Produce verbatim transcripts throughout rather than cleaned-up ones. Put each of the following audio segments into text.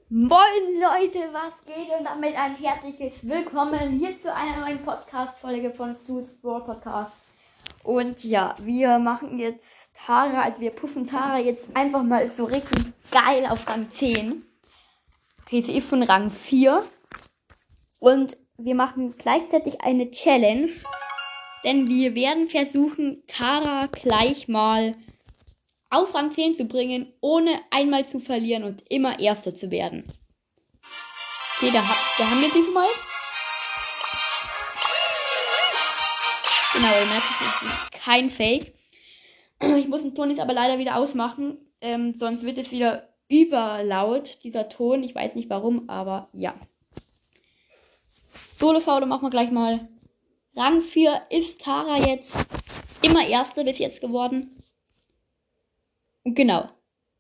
Moin Leute, was geht und damit ein herzliches Willkommen hier zu einer neuen Podcast-Folge von Stu's Brawl Podcast. Und ja, wir machen jetzt Tara, also wir puffen Tara jetzt einfach mal so richtig geil auf Rang zehn. Okay, sie ist von Rang vier. Und wir machen gleichzeitig eine Challenge, denn wir werden versuchen, Tara gleich mal auf Rang zehn zu bringen, ohne einmal zu verlieren und immer Erster zu werden. Okay, da, da haben wir sie schon mal. Genau, ihr merkt, es ist kein Fake. Ich muss den Ton jetzt aber leider wieder ausmachen, ähm, sonst wird es wieder überlaut, dieser Ton. Ich weiß nicht warum, aber ja. Solo-Faule machen wir gleich mal. Rang vier ist Tara jetzt immer Erste bis jetzt geworden. Und genau.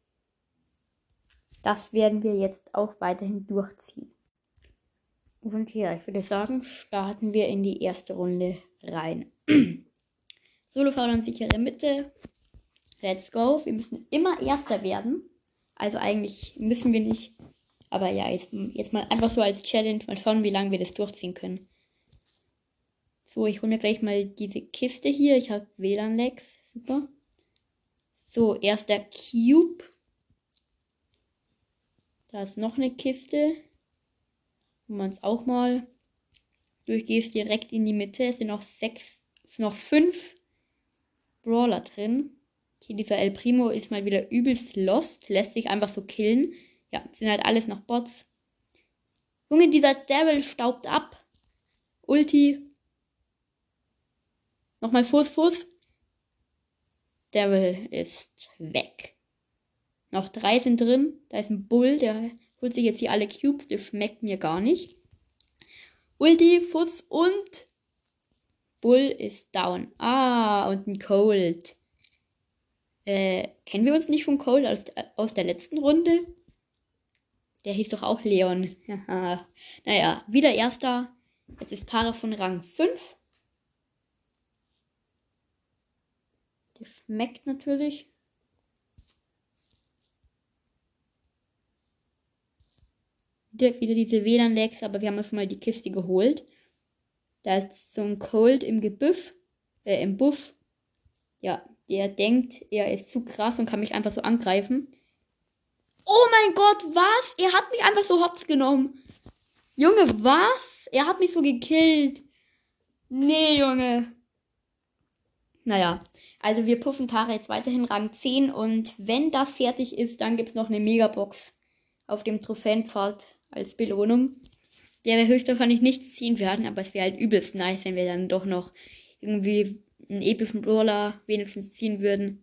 Das werden wir jetzt auch weiterhin durchziehen. Und ja, ich würde sagen, starten wir in die erste Runde rein. Solo-Faule und sichere Mitte. Let's go. Wir müssen immer Erster werden. Also eigentlich müssen wir nicht. Aber ja, jetzt, jetzt mal einfach so als Challenge. Mal schauen, wie lange wir das durchziehen können. So, ich hole mir gleich mal diese Kiste hier. Ich habe W L A N-Lags. Super. So, erster Cube. Da ist noch eine Kiste. Wo man es auch mal durchgehst, direkt in die Mitte. Es sind noch sechs, es sind noch fünf Brawler drin. Okay, dieser El Primo ist mal wieder übelst lost. Lässt sich einfach so killen. Ja, sind halt alles noch Bots. Junge, dieser Daryl staubt ab. Ulti. Nochmal Fuß, Fuß. Daryl ist weg. Noch drei sind drin. Da ist ein Bull, der holt sich jetzt hier alle Cubes. Das schmeckt mir gar nicht. Ulti, Fuß und Bull ist down. Ah, und ein Cold. Äh, kennen wir uns nicht von Cold aus, aus der letzten Runde? Der hieß doch auch Leon. Naja, wieder Erster. Jetzt ist Tara von Rang fünf. Das schmeckt natürlich. Wieder, wieder diese W L A N-Lags, aber wir haben schon mal die Kiste geholt. Da ist so ein Cold im Gebüsch, äh, im Busch. Ja, der denkt, er ist zu krass und kann mich einfach so angreifen. Oh mein Gott, was? Er hat mich einfach so hops genommen. Junge, was? Er hat mich so gekillt. Nee, Junge. Naja, also wir pushen Tara jetzt weiterhin Rang zehn und wenn das fertig ist, dann gibt es noch eine Megabox auf dem Trophäenpfad als Belohnung. Der wir höchstwahrscheinlich nicht ziehen werden, aber es wäre halt übelst nice, wenn wir dann doch noch irgendwie einen epischen Brawler wenigstens ziehen würden.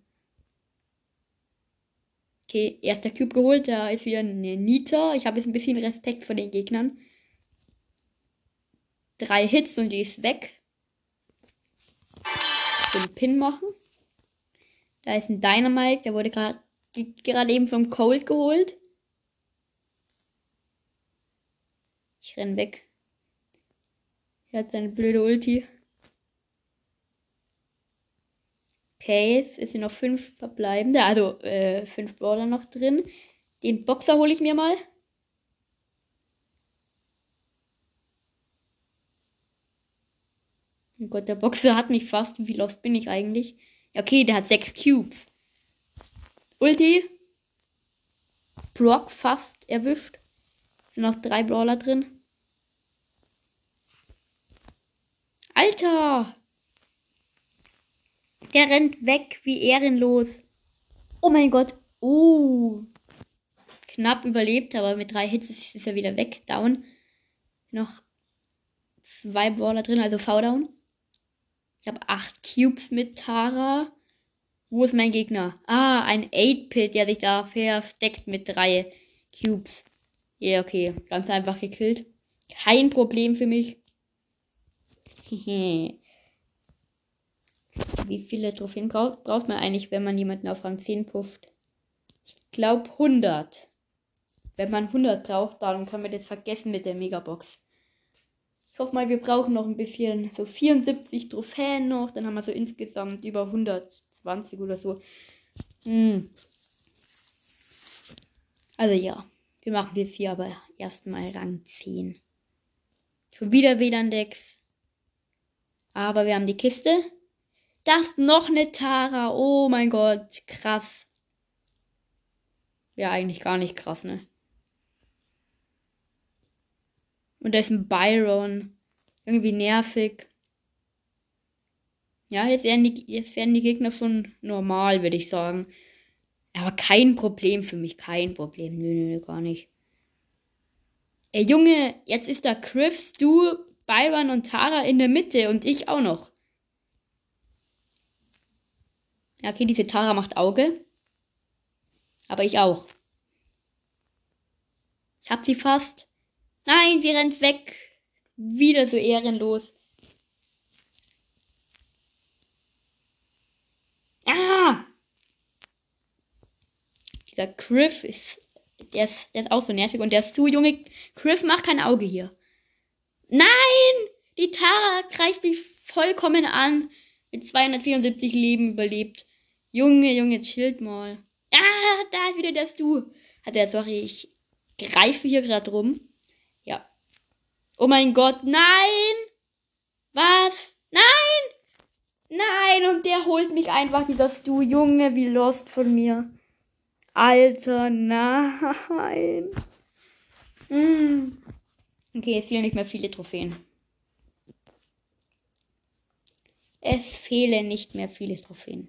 Okay, erster Cube geholt, da ist wieder eine Nita. Ich habe jetzt ein bisschen Respekt vor den Gegnern. Drei Hits und die ist weg. Den Pin machen. Da ist ein Dynamite, der wurde gerade gerade eben vom Cold geholt. Ich renn weg. Er hat seine blöde Ulti. Okay, es sind noch fünf verbleibende, also äh, fünf Brawler noch drin. Den Boxer hole ich mir mal. Oh Gott, der Boxer hat mich fast. Wie lost bin ich eigentlich? Ja, okay, der hat sechs Cubes. Ulti. Brock fast erwischt. Es sind noch drei Brawler drin. Alter! Der rennt weg wie ehrenlos. Oh mein Gott. Oh. Knapp überlebt, aber mit drei Hits ist, ist er wieder weg. Down. Noch zwei Brawler drin, also V-Down. Ich habe acht Cubes mit Tara. Wo ist mein Gegner? Ah, ein acht-Pit, der sich da versteckt mit drei Cubes. Ja, yeah, okay. Ganz einfach gekillt. Kein Problem für mich. Wie viele Trophäen braucht, braucht man eigentlich, wenn man jemanden auf Rang zehn pusht? Ich glaube hundert. Wenn man hundert braucht, dann kann man das vergessen mit der Megabox. Ich hoffe mal, wir brauchen noch ein bisschen, so vierundsiebzig Trophäen noch. Dann haben wir so insgesamt über hundertzwanzig oder so. Hm. Also ja, Wir machen jetzt hier aber erstmal Rang zehn. Schon wieder W L A N-Decks. Aber wir haben die Kiste. Das ist noch eine Tara. Oh mein Gott, krass. Ja, eigentlich gar nicht krass, ne? Und da ist ein Byron. Irgendwie nervig. Ja, jetzt werden die, jetzt werden die Gegner schon normal, würde ich sagen. Aber kein Problem für mich, kein Problem. Nö, nö, gar nicht. Ey, Junge, jetzt ist da Chris, du, Byron und Tara in der Mitte und ich auch noch. Ja, okay, diese Tara macht Auge. Aber ich auch. Ich hab sie fast. Nein, sie rennt weg. Wieder so ehrenlos. Ah! Dieser Griff ist der, ist. der ist auch so nervig und der ist zu junge. Griff macht kein Auge hier. Nein! Die Tara greift dich vollkommen an. Mit zweihundertvierundsiebzig Leben überlebt. Junge, Junge, chillt mal. Ah, da ist wieder der Stu. Hat er, sorry, ich greife hier gerade rum. Ja. Oh mein Gott, nein! Was? Nein! Nein, und der holt mich einfach, dieser Stu. Junge, wie lost von mir. Alter, nein. Hm. Okay, es fehlen nicht mehr viele Trophäen. Es fehlen nicht mehr viele Trophäen.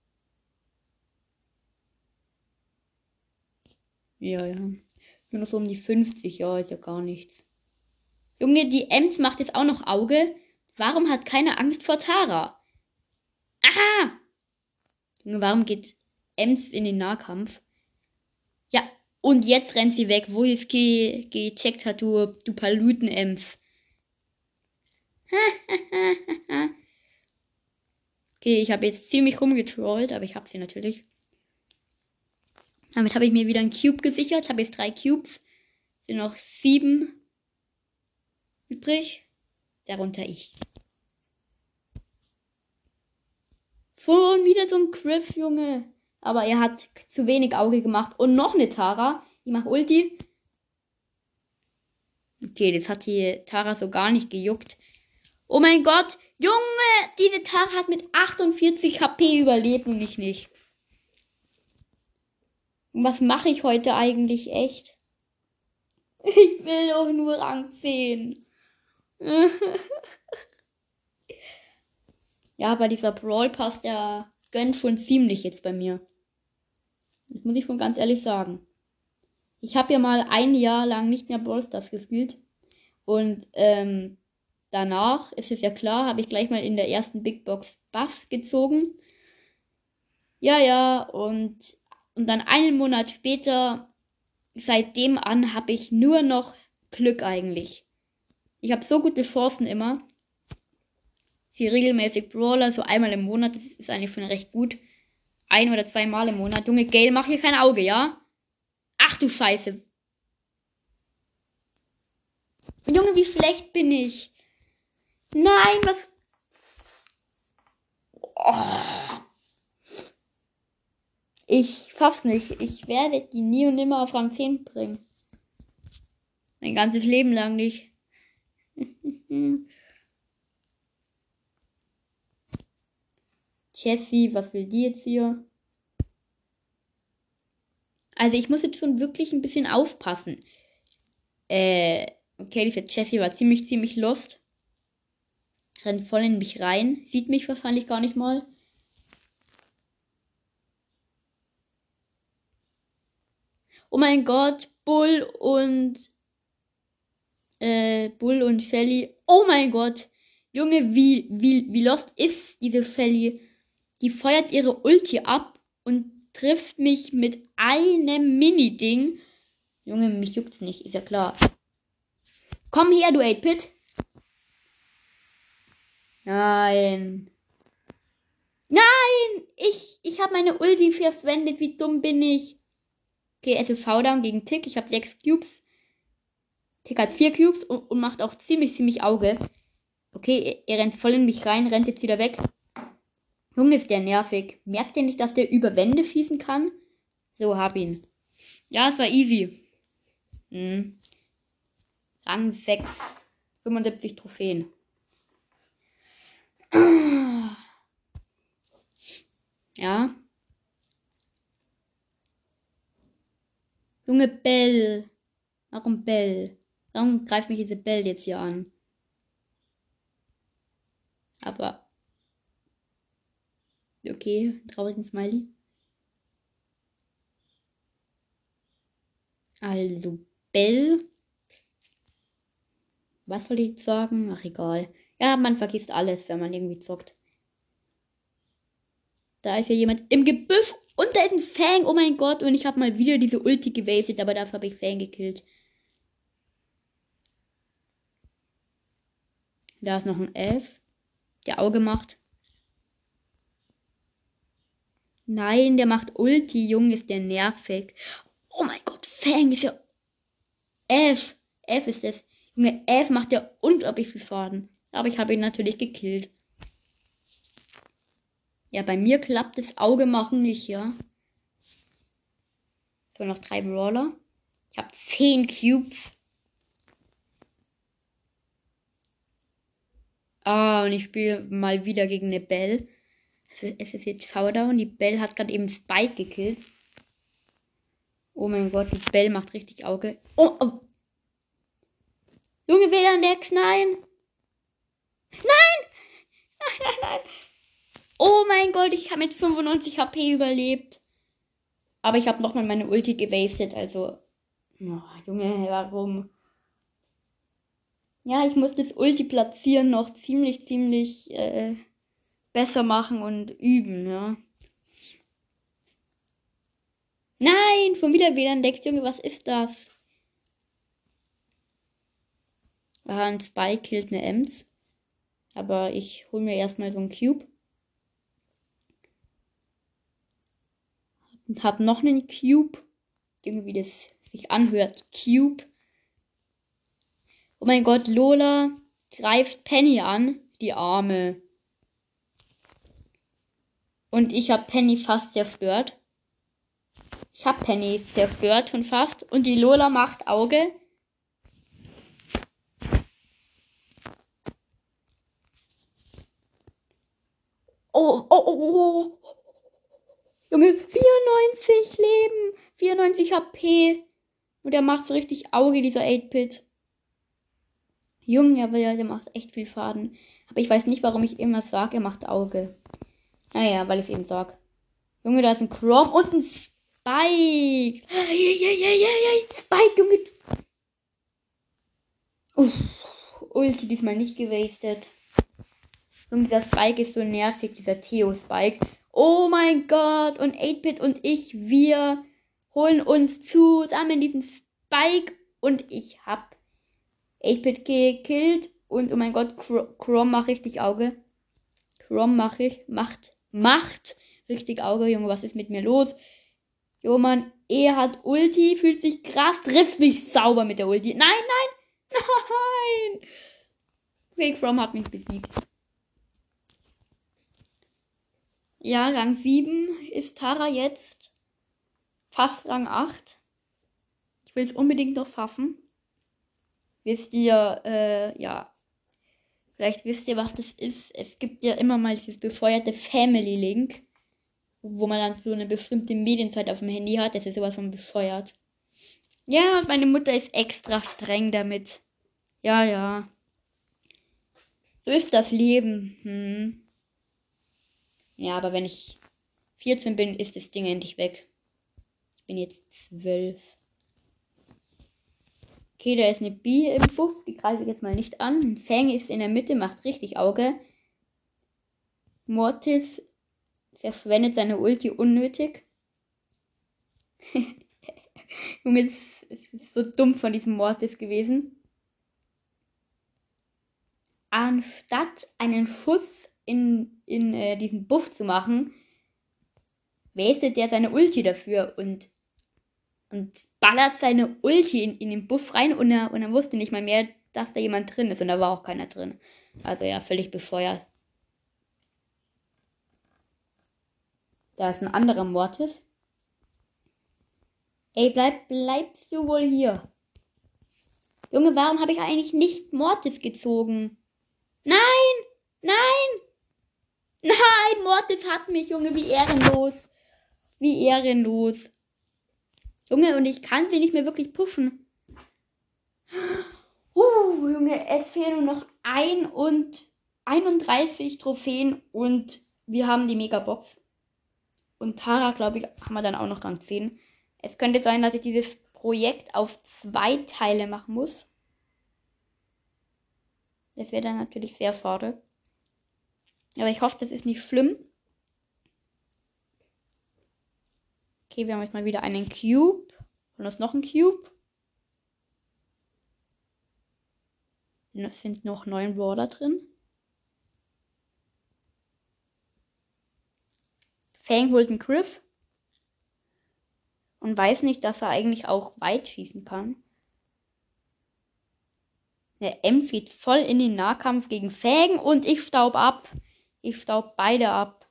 Ja, ja. Nur noch so um die fünfzig, ja, ist ja gar nichts. Junge, die Ems macht jetzt auch noch Auge. Warum hat keiner Angst vor Tara? Aha! Junge, warum geht Ems in den Nahkampf? Ja, und jetzt rennt sie weg, wo sie es ge gecheckt hat, du, du Paluten-Ems. Okay, ich habe jetzt ziemlich rumgetrollt, aber ich habe sie natürlich. Damit habe ich mir wieder einen Cube gesichert. Ich habe jetzt drei Cubes. Sind noch sieben übrig. Darunter ich. Schon wieder so ein Griff, Junge. Aber er hat zu wenig Auge gemacht. Und noch eine Tara. Die macht Ulti. Okay, das hat die Tara so gar nicht gejuckt. Oh mein Gott. Junge, diese Tara hat mit achtundvierzig H P überlebt und ich nicht. Und was mache ich heute eigentlich echt? Ich will doch nur Rang zehn. Ja, aber dieser Brawl Pass, der gönnt schon ziemlich jetzt bei mir. Das muss ich schon ganz ehrlich sagen. Ich habe ja mal ein Jahr lang nicht mehr Brawl Stars gespielt. Und ähm, danach, ist es ja klar, habe ich gleich mal in der ersten Big Box Bass gezogen. Ja, ja, und, und dann einen Monat später, seitdem an, habe ich nur noch Glück eigentlich. Ich habe so gute Chancen immer. Sie regelmäßig Brawler, so einmal im Monat, das ist eigentlich schon recht gut. Ein oder zweimal im Monat. Junge, Gale, mach hier kein Auge, ja? Ach du Scheiße. Junge, wie schlecht bin ich? Nein, was... Oh. Ich schaff's nicht. Ich werde die nie und nimmer auf Rang zehn bringen. Mein ganzes Leben lang nicht. Jessie, was will die jetzt hier? Also ich muss jetzt schon wirklich ein bisschen aufpassen. Äh, okay, diese Jessie war ziemlich, ziemlich lost. Rennt voll in mich rein. Sieht mich wahrscheinlich gar nicht mal. Oh mein Gott, Bull und äh, Bull und Shelly. Oh mein Gott. Junge, wie, wie, wie lost ist diese Shelly? Die feuert ihre Ulti ab und trifft mich mit einem Mini-Ding. Junge, mich juckt's nicht, ist ja klar. Komm her, du acht Bit. Nein. Nein! Ich, ich habe meine Ulti verschwendet. Wie dumm bin ich? Okay, es ist Showdown gegen Tick. Ich habe sechs Cubes. Tick hat vier Cubes und, und macht auch ziemlich, ziemlich Auge. Okay, er, er rennt voll in mich rein, rennt jetzt wieder weg. Junge, ist der nervig. Merkt ihr nicht, dass der über Wände schießen kann? So, hab ihn. Ja, es war easy. Hm. Rang sechs. fünfundsiebzig Trophäen. Ja. Junge Bell. Warum Bell? Warum greift mich diese Bell jetzt hier an? Aber. Okay, traurigen Smiley. Also, Bell. Was soll ich sagen? Ach, egal. Ja, man vergisst alles, wenn man irgendwie zockt. Da ist ja jemand im Gebüsch und da ist ein Fang. Oh mein Gott. Und ich habe mal wieder diese Ulti gewastet, aber dafür habe ich Fang gekillt. Da ist noch ein Elf, der Auge macht. Nein, der macht Ulti. Junge, ist der nervig. Oh mein Gott, Fang ist ja... F. F ist es. Junge, F macht ja unglaublich viel Schaden. Aber ich habe ihn natürlich gekillt. Ja, bei mir klappt das Auge machen nicht, ja. So, noch drei Brawler. Ich habe zehn Cubes. Ah, und ich spiele mal wieder gegen eine Belle. Es ist jetzt Showdown. Die Belle hat gerade eben Spike gekillt. Oh mein Gott, die Belle macht richtig Auge. Oh, oh. Junge, wieder Lex, nein. Nein! Nein, nein, nein. Oh mein Gott, ich habe mit fünfundneunzig H P überlebt. Aber ich habe nochmal meine Ulti gewastet, also... Oh, Junge, warum? Ja, ich muss das Ulti platzieren noch ziemlich, ziemlich äh, besser machen und üben, ja. Nein, schon wieder W L A N-Deck, Junge, was ist das? Ah, ein Spike killt eine Ems. Aber ich hole mir erstmal so einen Cube. Und hab noch einen Cube. Irgendwie das sich anhört. Cube. Oh mein Gott, Lola greift Penny an. Die Arme. Und ich habe Penny fast zerstört. Ich habe Penny zerstört schon fast. Und die Lola macht Auge. Oh, oh, oh, oh. Junge, vierundneunzig Leben. vierundneunzig H P. Und der macht so richtig Auge, dieser acht-Bit. Junge, aber der macht echt viel Schaden. Aber ich weiß nicht, warum ich immer sage, er macht Auge. Naja, weil ich eben sag. Junge, da ist ein Chrome und ein Spike. Spike, Junge. Uff, Ulti diesmal nicht gewastet. Junge, dieser Spike ist so nervig, dieser Theo-Spike. Oh mein Gott. Und acht-Bit und ich, wir holen uns zusammen diesen Spike. Und ich hab acht-Bit gekillt. Und oh mein Gott, Chrome macht richtig Auge. Chrome mach ich, macht, macht richtig Auge. Junge, was ist mit mir los? Jo, Mann, er hat Ulti, fühlt sich krass, trifft mich sauber mit der Ulti. Nein, nein, nein. Okay, Chrome hat mich besiegt. Ja, Rang sieben ist Tara jetzt. Fast Rang acht. Ich will es unbedingt noch schaffen. Wisst ihr, äh, ja. Vielleicht wisst ihr, was das ist. Es gibt ja immer mal dieses bescheuerte Family-Link, wo man dann so eine bestimmte Medienzeit auf dem Handy hat. Das ist sowas von bescheuert. Ja, meine Mutter ist extra streng damit. Ja, ja. So ist das Leben. Hm. Ja, aber wenn ich vierzehn bin, ist das Ding endlich weg. Ich bin jetzt zwölf. Okay, da ist eine B im Buff. Die greife ich jetzt mal nicht an. Ein Fang ist in der Mitte, macht richtig Auge. Mortis verschwendet seine Ulti unnötig. Junge, es ist so dumm von diesem Mortis gewesen. Anstatt einen Schuss in, in äh, diesen Buff zu machen, wastet der seine Ulti dafür und, und ballert seine Ulti in, in den Buff rein und er, und er wusste nicht mal mehr, dass da jemand drin ist und da war auch keiner drin. Also ja, völlig bescheuert. Da ist ein anderer Mortis. Ey, bleib, bleibst du wohl hier? Junge, warum habe ich eigentlich nicht Mortis gezogen? Nein! Nein! Nein! Mortis hat mich, Junge, wie ehrenlos. Wie ehrenlos. Junge, und ich kann sie nicht mehr wirklich pushen. Uh, Junge, es fehlen nur noch ein und einunddreißig Trophäen und wir haben die Megabox. Und Tara, glaube ich, haben wir dann auch noch Rang zehn. Es könnte sein, dass ich dieses Projekt auf zwei Teile machen muss. Das wäre dann natürlich sehr schade. Aber ich hoffe, das ist nicht schlimm. Okay, wir haben jetzt mal wieder einen Cube. Und da ist noch ein Cube. Es sind noch neun Brawler drin. Fang holt einen Griff. Und weiß nicht, dass er eigentlich auch weit schießen kann. Der Ems geht voll in den Nahkampf gegen Fang und ich staub ab. Ich staub beide ab.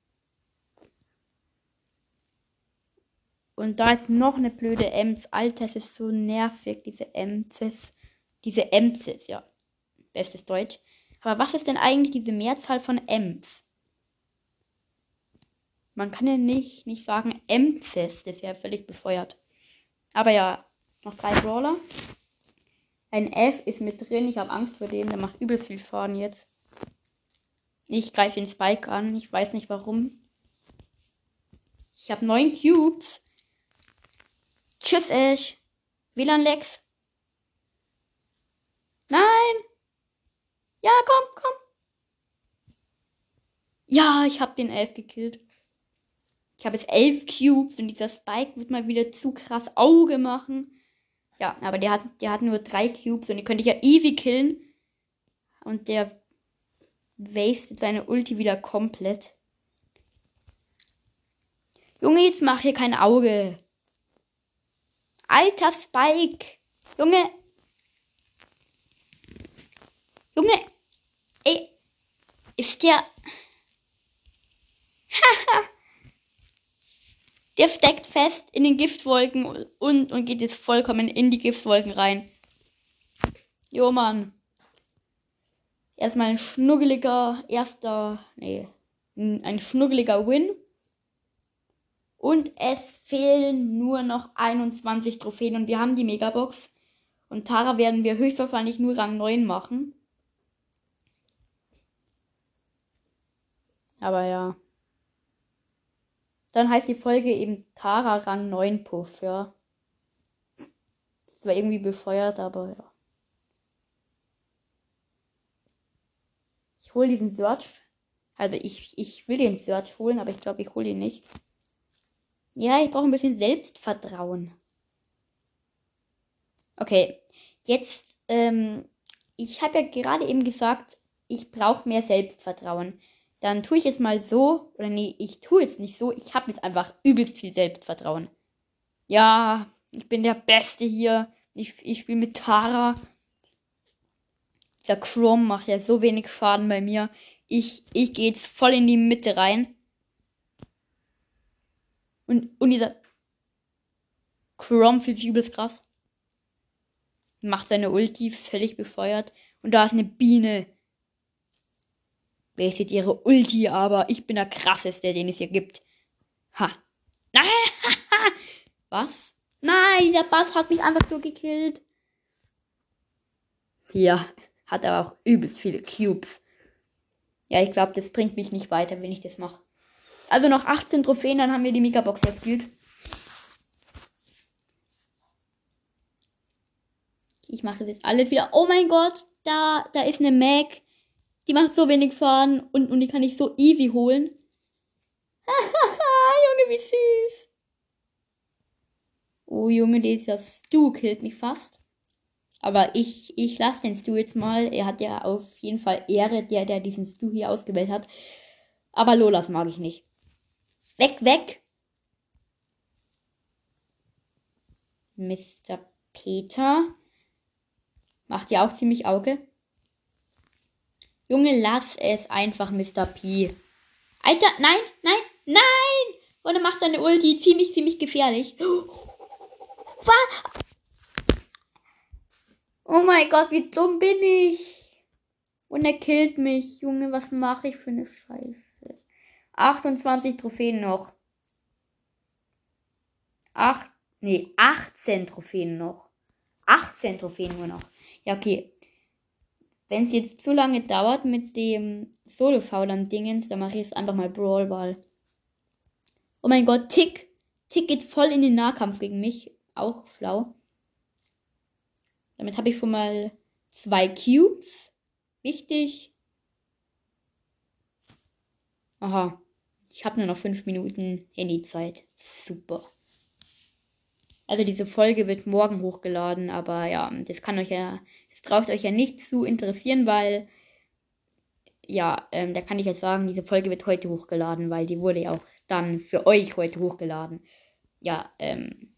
Und da ist noch eine blöde Ems. Alter, es ist so nervig, diese Emses. Diese Emses, ja. Bestes Deutsch. Aber was ist denn eigentlich diese Mehrzahl von Ems? Man kann ja nicht, nicht sagen Emses. Das ist ja völlig bescheuert. Aber ja, noch drei Brawler. Ein F ist mit drin. Ich habe Angst vor dem. Der macht übelst viel Schaden jetzt. Ich greife den Spike an. Ich weiß nicht warum. Ich habe neun Cubes. Tschüss, Ash. W L A N-Lex. Nein. Ja, komm, komm. Ja, ich habe den elf gekillt. Ich habe jetzt elf Cubes und dieser Spike wird mal wieder zu krass Auge machen. Ja, aber der hat, der hat nur drei Cubes und die könnte ich ja easy killen. Und der wastet seine Ulti wieder komplett. Junge, jetzt mach hier kein Auge. Alter Spike. Junge. Junge. Ey. Ist der... Haha. Der steckt fest in den Giftwolken und, und geht jetzt vollkommen in die Giftwolken rein. Jo, Mann. Erstmal ein schnuggeliger erster... Nee. Ein schnuggeliger Win. Und es fehlen nur noch einundzwanzig Trophäen und wir haben die Megabox. Und Tara werden wir höchstwahrscheinlich nur Rang neun machen. Aber ja. Dann heißt die Folge eben Tara Rang neun Push, ja. Das war irgendwie bescheuert, aber ja. Ich hole diesen Search. Also ich, ich will den Search holen, aber ich glaube, ich hole ihn nicht. Ja, ich brauche ein bisschen Selbstvertrauen. Okay, jetzt, ähm, ich habe ja gerade eben gesagt, ich brauche mehr Selbstvertrauen. Dann tue ich jetzt mal so, oder nee, ich tue jetzt nicht so, ich habe jetzt einfach übelst viel Selbstvertrauen. Ja, ich bin der Beste hier. Ich, ich spiele mit Tara. Der Chrome macht ja so wenig Schaden bei mir. Ich, ich gehe jetzt voll in die Mitte rein. Und, und dieser Chrome fühlt sich übelst krass. Macht seine Ulti völlig bescheuert. Und da ist eine Biene. Wastet ihre Ulti, aber ich bin der krasseste, den es hier gibt. Ha. Was? Nein, dieser Bass hat mich einfach so gekillt. Ja, hat aber auch übelst viele Cubes. Ja, ich glaube, das bringt mich nicht weiter, wenn ich das mache. Also noch achtzehn Trophäen, dann haben wir die Megabox gespielt. Ich mache das jetzt alles wieder. Oh mein Gott, da, da ist eine Mac. Die macht so wenig Schaden und, und die kann ich so easy holen. Junge, wie süß. Oh Junge, dieser Stu killt mich fast. Aber ich, ich lasse den Stu jetzt mal. Er hat ja auf jeden Fall Ehre, der, der diesen Stu hier ausgewählt hat. Aber Lolas mag ich nicht. Weg, weg. Mister Peter. Macht ja auch ziemlich Auge. Junge, lass es einfach, Mister P. Alter, nein, nein, nein! Und er macht seine Ulti ziemlich, ziemlich gefährlich. Was? Oh mein Gott, wie dumm bin ich. Und er killt mich. Junge, was mache ich für eine Scheiße? achtundzwanzig Trophäen noch. Acht, nee, achtzehn Trophäen noch. achtzehn Trophäen nur noch. Ja, okay. Wenn es jetzt zu lange dauert mit dem Solo-Faulern-Dingens, dann mache ich jetzt einfach mal Brawlball. Oh mein Gott, Tick. Tick geht voll in den Nahkampf gegen mich. Auch schlau. Damit habe ich schon mal zwei Cubes. Wichtig. Aha. Ich habe nur noch fünf Minuten Handyzeit. Super. Also diese Folge wird morgen hochgeladen, aber ja, das kann euch ja, das braucht euch ja nicht zu interessieren, weil, ja, ähm, da kann ich jetzt sagen, diese Folge wird heute hochgeladen, weil die wurde ja auch dann für euch heute hochgeladen. Ja, ähm,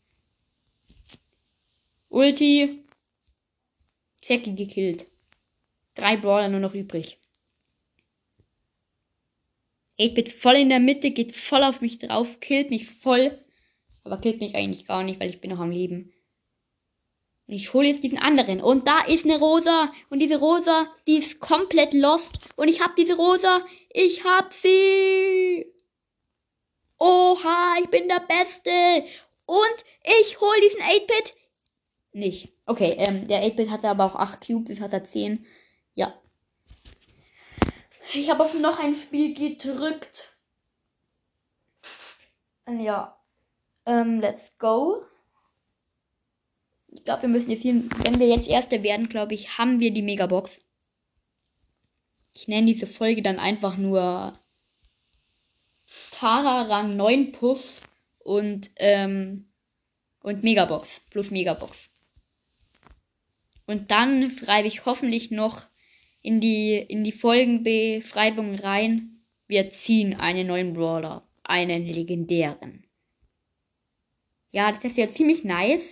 Ulti, Jackie gekillt. Drei Brawler nur noch übrig. acht-Bit voll in der Mitte, geht voll auf mich drauf, killt mich voll. Aber killt mich eigentlich gar nicht, weil ich bin noch am Leben. Und ich hole jetzt diesen anderen. Und da ist eine Rosa. Und diese Rosa, die ist komplett lost. Und ich hab diese Rosa. Ich hab sie. Oha, ich bin der Beste. Und ich hole diesen acht-Bit. Nicht. Okay, ähm, der acht-Bit hatte aber auch acht Cubes. Jetzt hat er zehn. Ja. Ich habe auf noch ein Spiel gedrückt. Ja. Ähm, let's go. Ich glaube, wir müssen jetzt hier, wenn wir jetzt Erster werden, glaube ich, haben wir die Megabox. Ich nenne diese Folge dann einfach nur Tara Rang neun Push und, ähm, und Megabox plus Megabox. Und dann schreibe ich hoffentlich noch in die, in die Folgenbeschreibung rein, wir ziehen einen neuen Brawler, einen legendären. Ja, das ist ja ziemlich nice.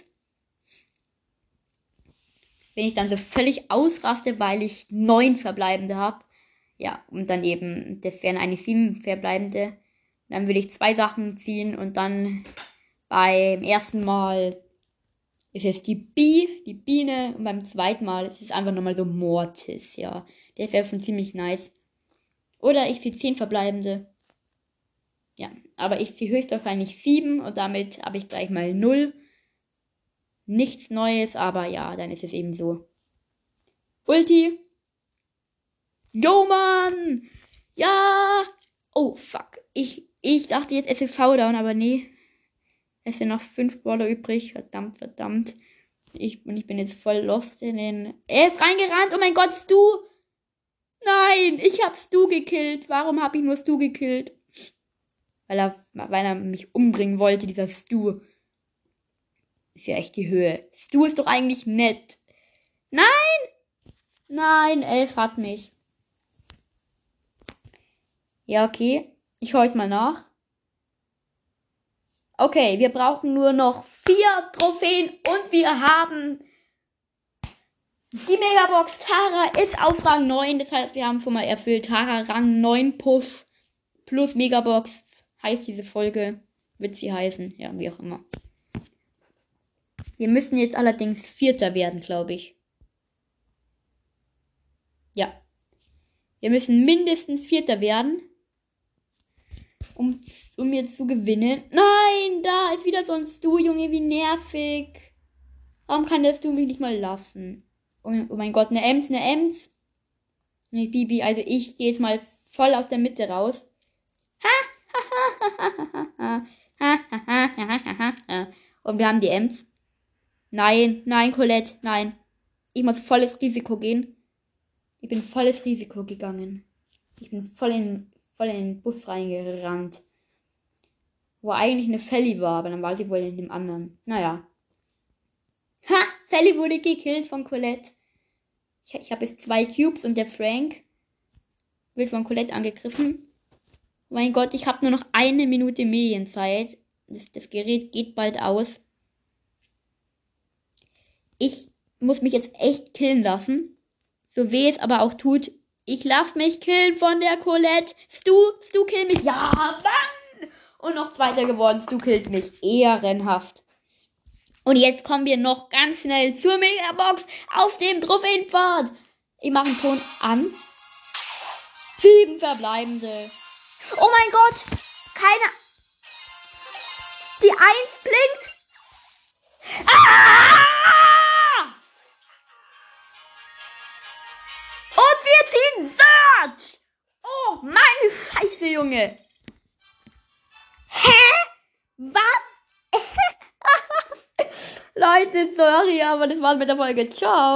Wenn ich dann so völlig ausraste, weil ich neun Verbleibende habe. Ja, und dann eben, das wären eigentlich sieben Verbleibende. Dann würde ich zwei Sachen ziehen und dann beim ersten Mal ist es die Bee, die Biene, und beim zweiten Mal ist es einfach nochmal so Mortis, ja. Das wäre schon ziemlich nice. Oder ich ziehe zehn Verbleibende. Ja, aber ich ziehe höchstwahrscheinlich sieben und damit habe ich gleich mal null. Nichts Neues, aber ja, dann ist es eben so. Ulti. Yo, Mann. Ja. Oh, fuck. Ich, ich dachte jetzt, es ist Showdown, aber nee. Es sind noch fünf Brawler übrig. Verdammt, verdammt. Ich, und ich bin jetzt voll lost in den... Er ist reingerannt. Oh mein Gott, Stu. Nein, ich hab Stu gekillt. Warum hab ich nur Stu gekillt? Weil er, weil er mich umbringen wollte, dieser Stu. Ist ja echt die Höhe. Stu ist doch eigentlich nett. Nein! Nein, Elf hat mich. Ja, okay. Ich schaue jetzt mal nach. Okay, wir brauchen nur noch vier Trophäen und wir haben die Megabox. Tara ist auf Rang neun. Das heißt, wir haben schon mal erfüllt. Tara Rang neun Push plus Megabox heißt diese Folge. Wird sie heißen. Ja, wie auch immer. Wir müssen jetzt allerdings Vierter werden, glaube ich. Ja. Wir müssen mindestens Vierter werden. Um, um jetzt zu gewinnen. Nein, da ist wieder so ein Stu, Junge, wie nervig. Warum kann der Stu mich nicht mal lassen? Oh, oh mein Gott, eine Ems, eine Ems. Ne, Bibi, also ich gehe jetzt mal voll aus der Mitte raus. Und wir haben die Ems. Nein, nein, Colette, nein. Ich muss volles Risiko gehen. Ich bin volles Risiko gegangen. Ich bin voll in, voll in den Bus reingerannt. Wo eigentlich eine Shelly war, aber dann war sie wohl in dem anderen. Naja. Ha! Shelly wurde gekillt von Colette. Ich, ich habe jetzt zwei Cubes und der Frank wird von Colette angegriffen. Oh mein Gott, ich habe nur noch eine Minute Medienzeit. Das, das Gerät geht bald aus. Ich muss mich jetzt echt killen lassen. So weh es aber auch tut. Ich lass mich killen von der Colette. Stu, Stu kill mich. Ja, Mann! Und noch Zweiter geworden. Stu killt mich. Ehrenhaft. Und jetzt kommen wir noch ganz schnell zur Megabox auf dem Trophäenpfad. Ich mache den Ton an. Sieben verbleibende. Oh mein Gott! Keine... Die Eins blinkt. Ah! Und wir ziehen Search. Oh, meine Scheiße, Junge. Hä? Was? Leute, sorry, aber das war's mit der Folge. Ciao.